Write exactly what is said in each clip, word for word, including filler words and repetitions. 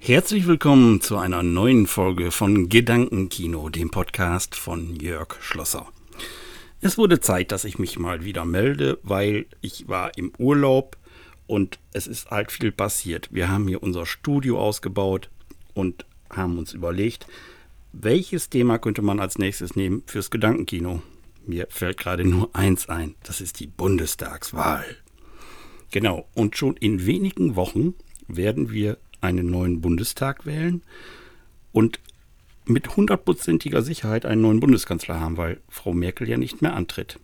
Herzlich willkommen zu einer neuen Folge von Gedankenkino, dem Podcast von Jörg Schlosser. Es wurde Zeit, dass ich mich mal wieder melde, weil ich war im Urlaub und es ist halt viel passiert. Wir haben hier unser Studio ausgebaut und haben uns überlegt, welches Thema könnte man als nächstes nehmen fürs Gedankenkino. Mir fällt gerade nur eins ein, das ist die Bundestagswahl. Genau, und schon in wenigen Wochen werden wir einen neuen Bundestag wählen und mit hundertprozentiger Sicherheit einen neuen Bundeskanzler haben, weil Frau Merkel ja nicht mehr antritt.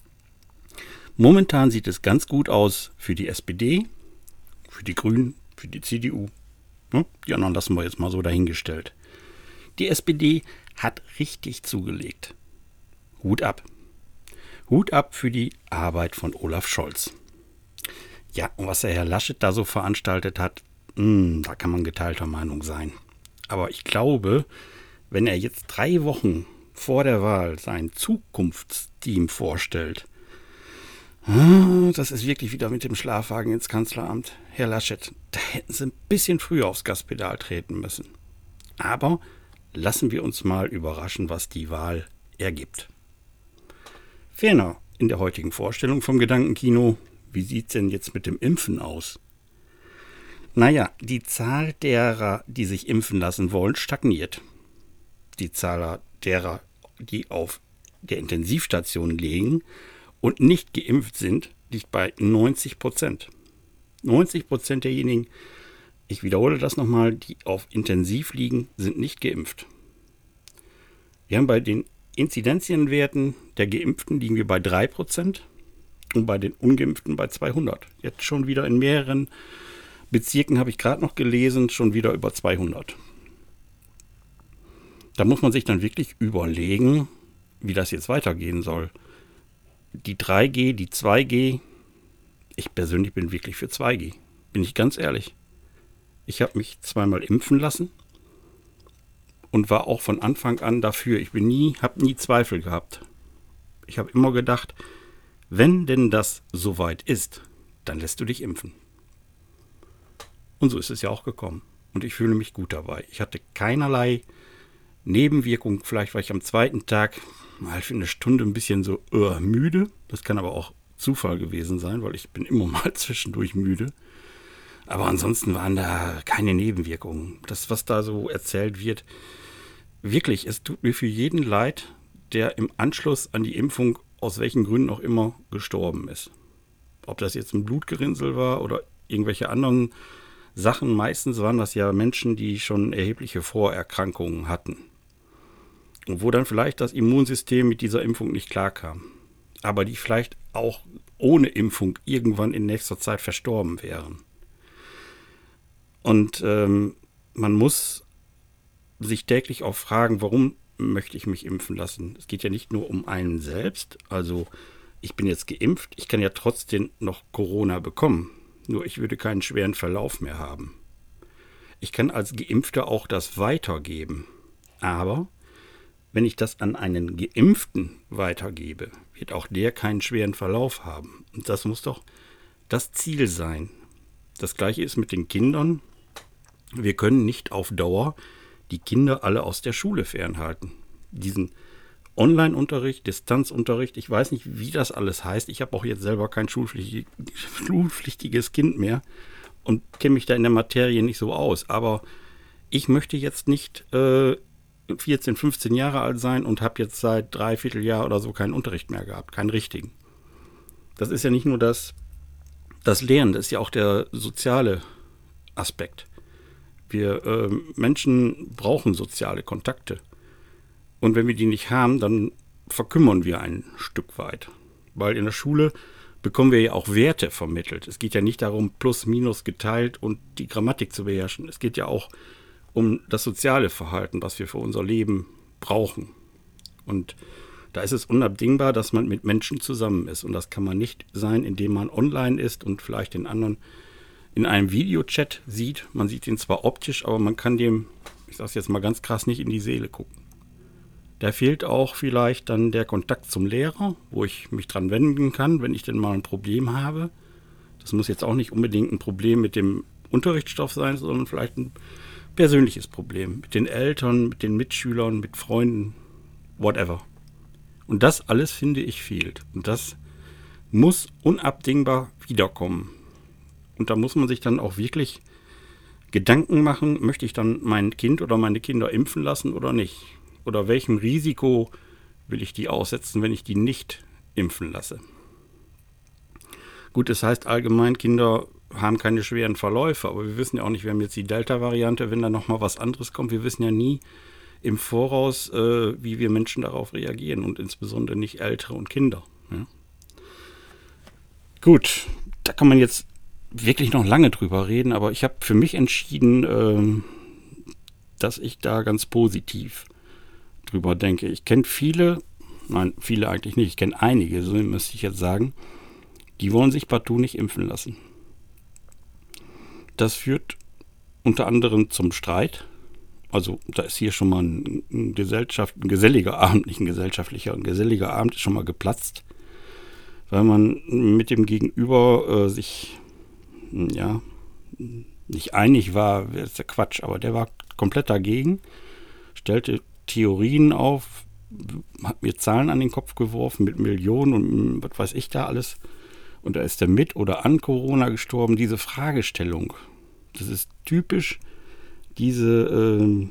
Momentan sieht es ganz gut aus für die S P D, für die Grünen, für die C D U. Die anderen lassen wir jetzt mal so dahingestellt. Die S P D hat richtig zugelegt. Hut ab. Hut ab für die Arbeit von Olaf Scholz. Ja, und was der Herr Laschet da so veranstaltet hat, mh, da kann man geteilter Meinung sein. Aber ich glaube, wenn er jetzt drei Wochen vor der Wahl sein Zukunftsteam vorstellt, das ist wirklich wieder mit dem Schlafwagen ins Kanzleramt. Herr Laschet, da hätten Sie ein bisschen früher aufs Gaspedal treten müssen. Aber lassen wir uns mal überraschen, was die Wahl ergibt. Ferner in der heutigen Vorstellung vom Gedankenkino, wie sieht es denn jetzt mit dem Impfen aus? Naja, die Zahl derer, die sich impfen lassen wollen, stagniert. Die Zahl derer, die auf der Intensivstation liegen und nicht geimpft sind, liegt bei neunzig Prozent. neunzig Prozent derjenigen, ich wiederhole das nochmal, die auf Intensiv liegen, sind nicht geimpft. Wir haben bei den Inzidenzienwerten der Geimpften liegen wir bei drei Prozent und bei den Ungeimpften bei zweihundert. Jetzt schon wieder in mehreren Bezirken, habe ich gerade noch gelesen, schon wieder über zweihundert. Da muss man sich dann wirklich überlegen, wie das jetzt weitergehen soll. Die drei G, die zwei G, ich persönlich bin wirklich für zwei G, bin ich ganz ehrlich. Ich habe mich zweimal impfen lassen und war auch von Anfang an dafür. Ich bin nie, habe nie Zweifel gehabt. Ich habe immer gedacht, wenn denn das soweit ist, dann lässt du dich impfen. Und so ist es ja auch gekommen. Und ich fühle mich gut dabei. Ich hatte keinerlei Nebenwirkungen. Vielleicht war ich am zweiten Tag mal für eine Stunde ein bisschen so uh, müde. Das kann aber auch Zufall gewesen sein, weil ich bin immer mal zwischendurch müde. Aber ansonsten waren da keine Nebenwirkungen. Das, was da so erzählt wird, wirklich, es tut mir für jeden leid, der im Anschluss an die Impfung aus welchen Gründen auch immer gestorben ist. Ob das jetzt ein Blutgerinnsel war oder irgendwelche anderen Sachen, meistens waren das ja Menschen, die schon erhebliche Vorerkrankungen hatten. Und wo dann vielleicht das Immunsystem mit dieser Impfung nicht klarkam. Aber die vielleicht auch ohne Impfung irgendwann in nächster Zeit verstorben wären. Und ähm, man muss sich täglich auch fragen, warum möchte ich mich impfen lassen? Es geht ja nicht nur um einen selbst. Also ich bin jetzt geimpft, ich kann ja trotzdem noch Corona bekommen. Nur ich würde keinen schweren Verlauf mehr haben. Ich kann als Geimpfter auch das weitergeben. Aber wenn ich das an einen Geimpften weitergebe, wird auch der keinen schweren Verlauf haben. Und das muss doch das Ziel sein. Das Gleiche ist mit den Kindern. Wir können nicht auf Dauer die Kinder alle aus der Schule fernhalten. Diesen Online-Unterricht, Distanzunterricht, ich weiß nicht, wie das alles heißt. Ich habe auch jetzt selber kein schulpflichtig, schulpflichtiges Kind mehr und kenne mich da in der Materie nicht so aus. Aber ich möchte jetzt nicht äh, vierzehn, fünfzehn Jahre alt sein und habe jetzt seit dreiviertel Jahr oder so keinen Unterricht mehr gehabt, keinen richtigen. Das ist ja nicht nur das, das Lernen, das ist ja auch der soziale Aspekt. Wir äh, Menschen brauchen soziale Kontakte. Und wenn wir die nicht haben, dann verkümmern wir ein Stück weit. Weil in der Schule bekommen wir ja auch Werte vermittelt. Es geht ja nicht darum, plus, minus geteilt und die Grammatik zu beherrschen. Es geht ja auch um das soziale Verhalten, was wir für unser Leben brauchen. Und da ist es unabdingbar, dass man mit Menschen zusammen ist. Und das kann man nicht sein, indem man online ist und vielleicht den anderen in einem Videochat sieht. Man sieht ihn zwar optisch, aber man kann dem, ich sage es jetzt mal ganz krass, nicht in die Seele gucken. Da fehlt auch vielleicht dann der Kontakt zum Lehrer, wo ich mich dran wenden kann, wenn ich denn mal ein Problem habe. Das muss jetzt auch nicht unbedingt ein Problem mit dem Unterrichtsstoff sein, sondern vielleicht ein persönliches Problem. Mit den Eltern, mit den Mitschülern, mit Freunden, whatever. Und das alles, finde ich, fehlt. Und das muss unabdingbar wiederkommen. Und da muss man sich dann auch wirklich Gedanken machen, möchte ich dann mein Kind oder meine Kinder impfen lassen oder nicht? Oder welchem Risiko will ich die aussetzen, wenn ich die nicht impfen lasse? Gut, es heißt allgemein, Kinder haben keine schweren Verläufe, aber wir wissen ja auch nicht, wir haben jetzt die Delta-Variante, wenn da nochmal was anderes kommt. Wir wissen ja nie im Voraus, äh, wie wir Menschen darauf reagieren und insbesondere nicht Ältere und Kinder. Ja? Gut, da kann man jetzt wirklich noch lange drüber reden, aber ich habe für mich entschieden, ähm, dass ich da ganz positiv drüber denke. Ich kenne viele, nein, viele eigentlich nicht, ich kenne einige, so müsste ich jetzt sagen, die wollen sich partout nicht impfen lassen. Das führt unter anderem zum Streit. Also da ist hier schon mal ein, ein, Gesellschaft, ein geselliger Abend, nicht ein gesellschaftlicher, ein geselliger Abend ist schon mal geplatzt, weil man mit dem Gegenüber äh, sich ja, nicht einig war, das ist ja Quatsch, aber der war komplett dagegen, stellte Theorien auf, hat mir Zahlen an den Kopf geworfen mit Millionen und was weiß ich da alles. Und da ist er mit oder an Corona gestorben. Diese Fragestellung, das ist typisch diese äh,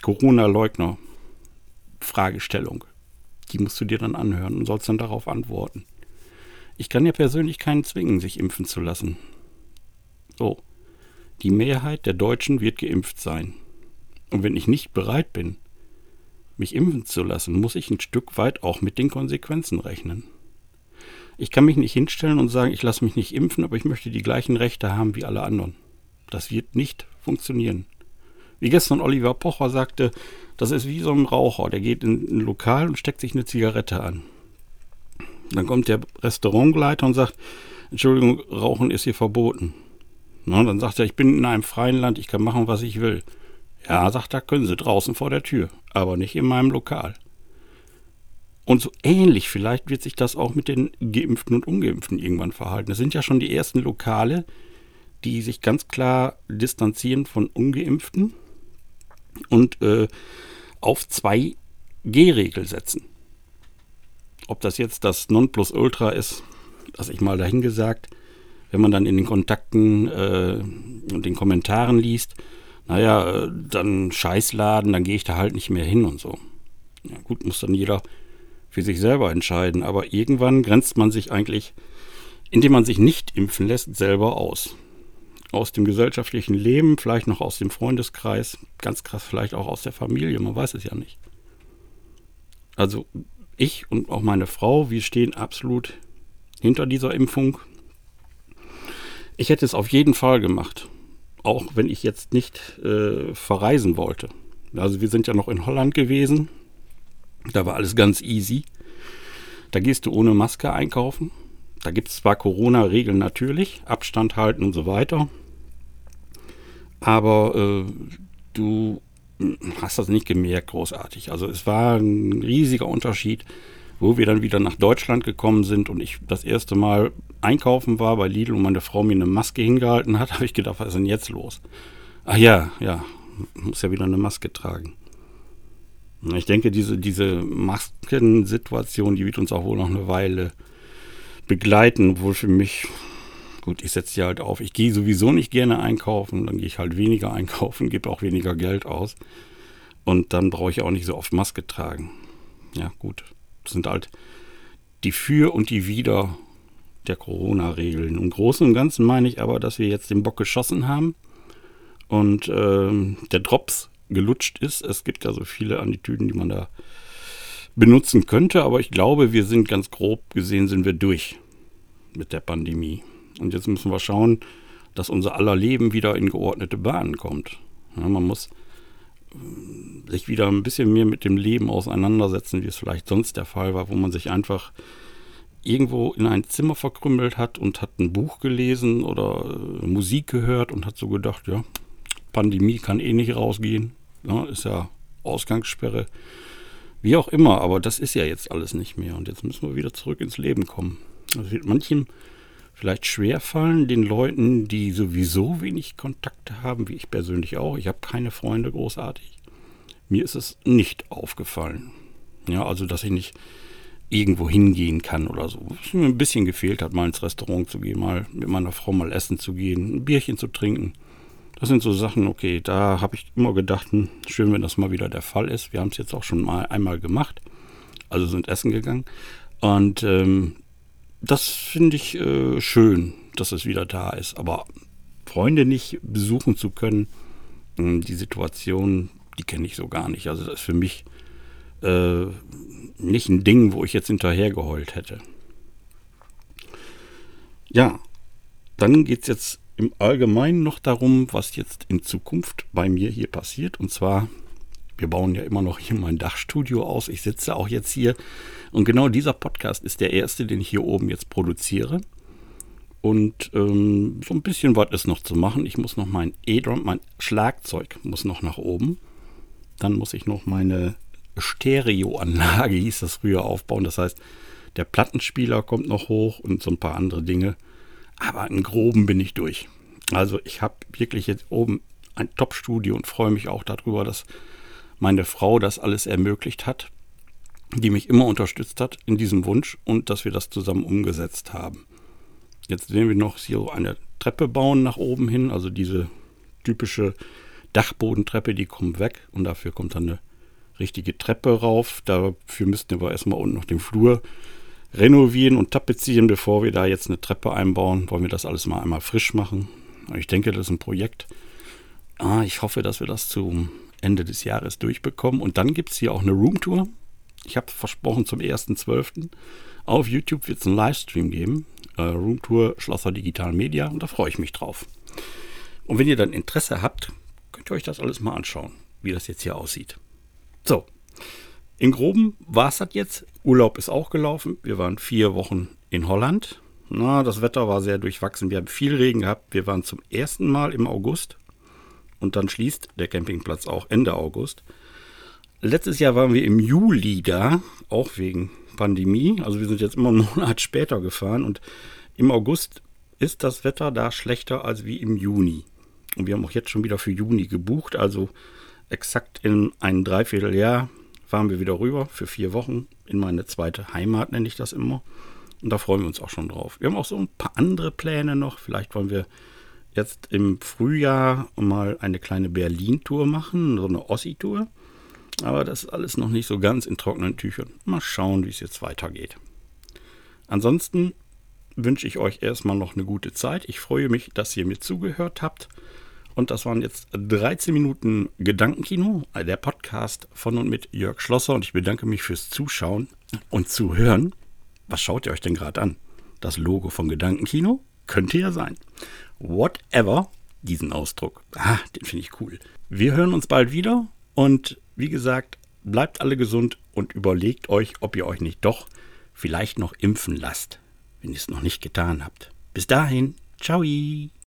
Corona-Leugner-Fragestellung. Die musst du dir dann anhören und sollst dann darauf antworten. Ich kann ja persönlich keinen zwingen, sich impfen zu lassen. So, die Mehrheit der Deutschen wird geimpft sein. Und wenn ich nicht bereit bin, mich impfen zu lassen, muss ich ein Stück weit auch mit den Konsequenzen rechnen. Ich kann mich nicht hinstellen und sagen, ich lasse mich nicht impfen, aber ich möchte die gleichen Rechte haben wie alle anderen. Das wird nicht funktionieren. Wie gestern Oliver Pocher sagte, das ist wie so ein Raucher, der geht in ein Lokal und steckt sich eine Zigarette an. Dann kommt der Restaurantleiter und sagt, Entschuldigung, Rauchen ist hier verboten. Na, dann sagt er, ich bin in einem freien Land, ich kann machen, was ich will. Ja, sagt er, können Sie draußen vor der Tür, aber nicht in meinem Lokal. Und so ähnlich vielleicht wird sich das auch mit den Geimpften und Ungeimpften irgendwann verhalten. Es sind ja schon die ersten Lokale, die sich ganz klar distanzieren von Ungeimpften und äh, auf zwei G-Regel setzen. Ob das jetzt das Nonplusultra ist, das ich mal dahingesagt, wenn man dann in den Kontakten äh, und den Kommentaren liest, naja, äh, dann Scheißladen, dann gehe ich da halt nicht mehr hin und so. Ja, gut, muss dann jeder für sich selber entscheiden, aber irgendwann grenzt man sich eigentlich, indem man sich nicht impfen lässt, selber aus. Aus dem gesellschaftlichen Leben, vielleicht noch aus dem Freundeskreis, ganz krass vielleicht auch aus der Familie, man weiß es ja nicht. Also ich und auch meine Frau, wir stehen absolut hinter dieser Impfung. Ich hätte es auf jeden Fall gemacht, auch wenn ich jetzt nicht äh, verreisen wollte. Also wir sind ja noch in Holland gewesen, da war alles ganz easy. Da gehst du ohne Maske einkaufen. Da gibt es zwar Corona-Regeln natürlich, Abstand halten und so weiter, aber äh, du hast das nicht gemerkt großartig. Also es war ein riesiger Unterschied, wo wir dann wieder nach Deutschland gekommen sind und ich das erste Mal einkaufen war bei Lidl und meine Frau mir eine Maske hingehalten hat, habe ich gedacht, was ist denn jetzt los? Ach ja, ja, muss ja wieder eine Maske tragen. Ich denke, diese, diese Maskensituation, die wird uns auch wohl noch eine Weile begleiten, wohl für mich, gut, ich setze die halt auf. Ich gehe sowieso nicht gerne einkaufen, dann gehe ich halt weniger einkaufen, gebe auch weniger Geld aus und dann brauche ich auch nicht so oft Maske tragen. Ja, gut, das sind halt die Für und die Wider der Corona-Regeln. Im Großen und Ganzen meine ich aber, dass wir jetzt den Bock geschossen haben und ähm, der Drops gelutscht ist. Es gibt ja so viele Attitüden, die man da benutzen könnte, aber ich glaube, wir sind ganz grob gesehen, sind wir durch mit der Pandemie. Und jetzt müssen wir schauen, dass unser aller Leben wieder in geordnete Bahnen kommt. Ja, man muss sich wieder ein bisschen mehr mit dem Leben auseinandersetzen, wie es vielleicht sonst der Fall war, wo man sich einfach irgendwo in ein Zimmer verkrümmelt hat und hat ein Buch gelesen oder Musik gehört und hat so gedacht, ja, Pandemie kann eh nicht rausgehen, ja, ist ja Ausgangssperre, wie auch immer, aber das ist ja jetzt alles nicht mehr und jetzt müssen wir wieder zurück ins Leben kommen. Das wird manchem vielleicht schwerfallen den Leuten, die sowieso wenig Kontakte haben, wie ich persönlich auch. Ich habe keine Freunde großartig. Mir ist es nicht aufgefallen. Ja, also dass ich nicht irgendwo hingehen kann oder so. Was mir ein bisschen gefehlt hat, mal ins Restaurant zu gehen, mal mit meiner Frau mal essen zu gehen, ein Bierchen zu trinken. Das sind so Sachen, okay, da habe ich immer gedacht, hm, schön, wenn das mal wieder der Fall ist. Wir haben es jetzt auch schon mal einmal gemacht, also sind essen gegangen. Und ähm, das finde ich äh, schön, dass es wieder da ist. Aber Freunde nicht besuchen zu können, mh, die Situation, die kenne ich so gar nicht. Also das ist für mich äh, nicht ein Ding, wo ich jetzt hinterher geheult hätte. Ja, dann geht es jetzt im Allgemeinen noch darum, was jetzt in Zukunft bei mir hier passiert. Und zwar, wir bauen ja immer noch hier mein Dachstudio aus. Ich sitze auch jetzt hier. Und genau dieser Podcast ist der erste, den ich hier oben jetzt produziere. Und ähm, so ein bisschen was ist noch zu machen. Ich muss noch mein E-Drum, mein Schlagzeug muss noch nach oben. Dann muss ich noch meine Stereoanlage, hieß das früher, aufbauen. Das heißt, der Plattenspieler kommt noch hoch und so ein paar andere Dinge. Aber im Groben bin ich durch. Also ich habe wirklich jetzt oben ein Top-Studio und freue mich auch darüber, dass meine Frau das alles ermöglicht hat, die mich immer unterstützt hat in diesem Wunsch und dass wir das zusammen umgesetzt haben. Jetzt sehen wir noch hier so eine Treppe bauen nach oben hin, also diese typische Dachbodentreppe, die kommt weg und dafür kommt dann eine richtige Treppe rauf. Dafür müssten wir erstmal unten noch den Flur renovieren und tapezieren, bevor wir da jetzt eine Treppe einbauen. Wollen wir das alles mal einmal frisch machen. Ich denke, das ist ein Projekt. Ah, ich hoffe, dass wir das zum Ende des Jahres durchbekommen. Und dann gibt es hier auch eine Roomtour. Ich habe versprochen, zum ersten zwölften auf YouTube wird es einen Livestream geben. Äh, Roomtour Schlosser Digital Media. Und da freue ich mich drauf. Und wenn ihr dann Interesse habt, könnt ihr euch das alles mal anschauen, wie das jetzt hier aussieht. So, im Groben war es das jetzt. Urlaub ist auch gelaufen. Wir waren vier Wochen in Holland. Na, das Wetter war sehr durchwachsen. Wir haben viel Regen gehabt. Wir waren zum ersten Mal im August. Und dann schließt der Campingplatz auch Ende August. Letztes Jahr waren wir im Juli da, auch wegen Pandemie. Also wir sind jetzt immer einen Monat später gefahren. Und im August ist das Wetter da schlechter als wie im Juni. Und wir haben auch jetzt schon wieder für Juni gebucht. Also exakt in ein Dreivierteljahr fahren wir wieder rüber für vier Wochen in meine zweite Heimat, nenne ich das immer. Und da freuen wir uns auch schon drauf. Wir haben auch so ein paar andere Pläne noch. Vielleicht wollen wir jetzt im Frühjahr mal eine kleine Berlin-Tour machen, so eine Ossi-Tour. Aber das ist alles noch nicht so ganz in trockenen Tüchern. Mal schauen, wie es jetzt weitergeht. Ansonsten wünsche ich euch erstmal noch eine gute Zeit. Ich freue mich, dass ihr mir zugehört habt. Und das waren jetzt dreizehn Minuten Gedankenkino, der Podcast von und mit Jörg Schlosser. Und ich bedanke mich fürs Zuschauen und Zuhören. Was schaut ihr euch denn gerade an? Das Logo von Gedankenkino? Könnte ja sein. Whatever, diesen Ausdruck. Ah, den finde ich cool. Wir hören uns bald wieder. Und wie gesagt, bleibt alle gesund und überlegt euch, ob ihr euch nicht doch vielleicht noch impfen lasst, wenn ihr es noch nicht getan habt. Bis dahin, ciao.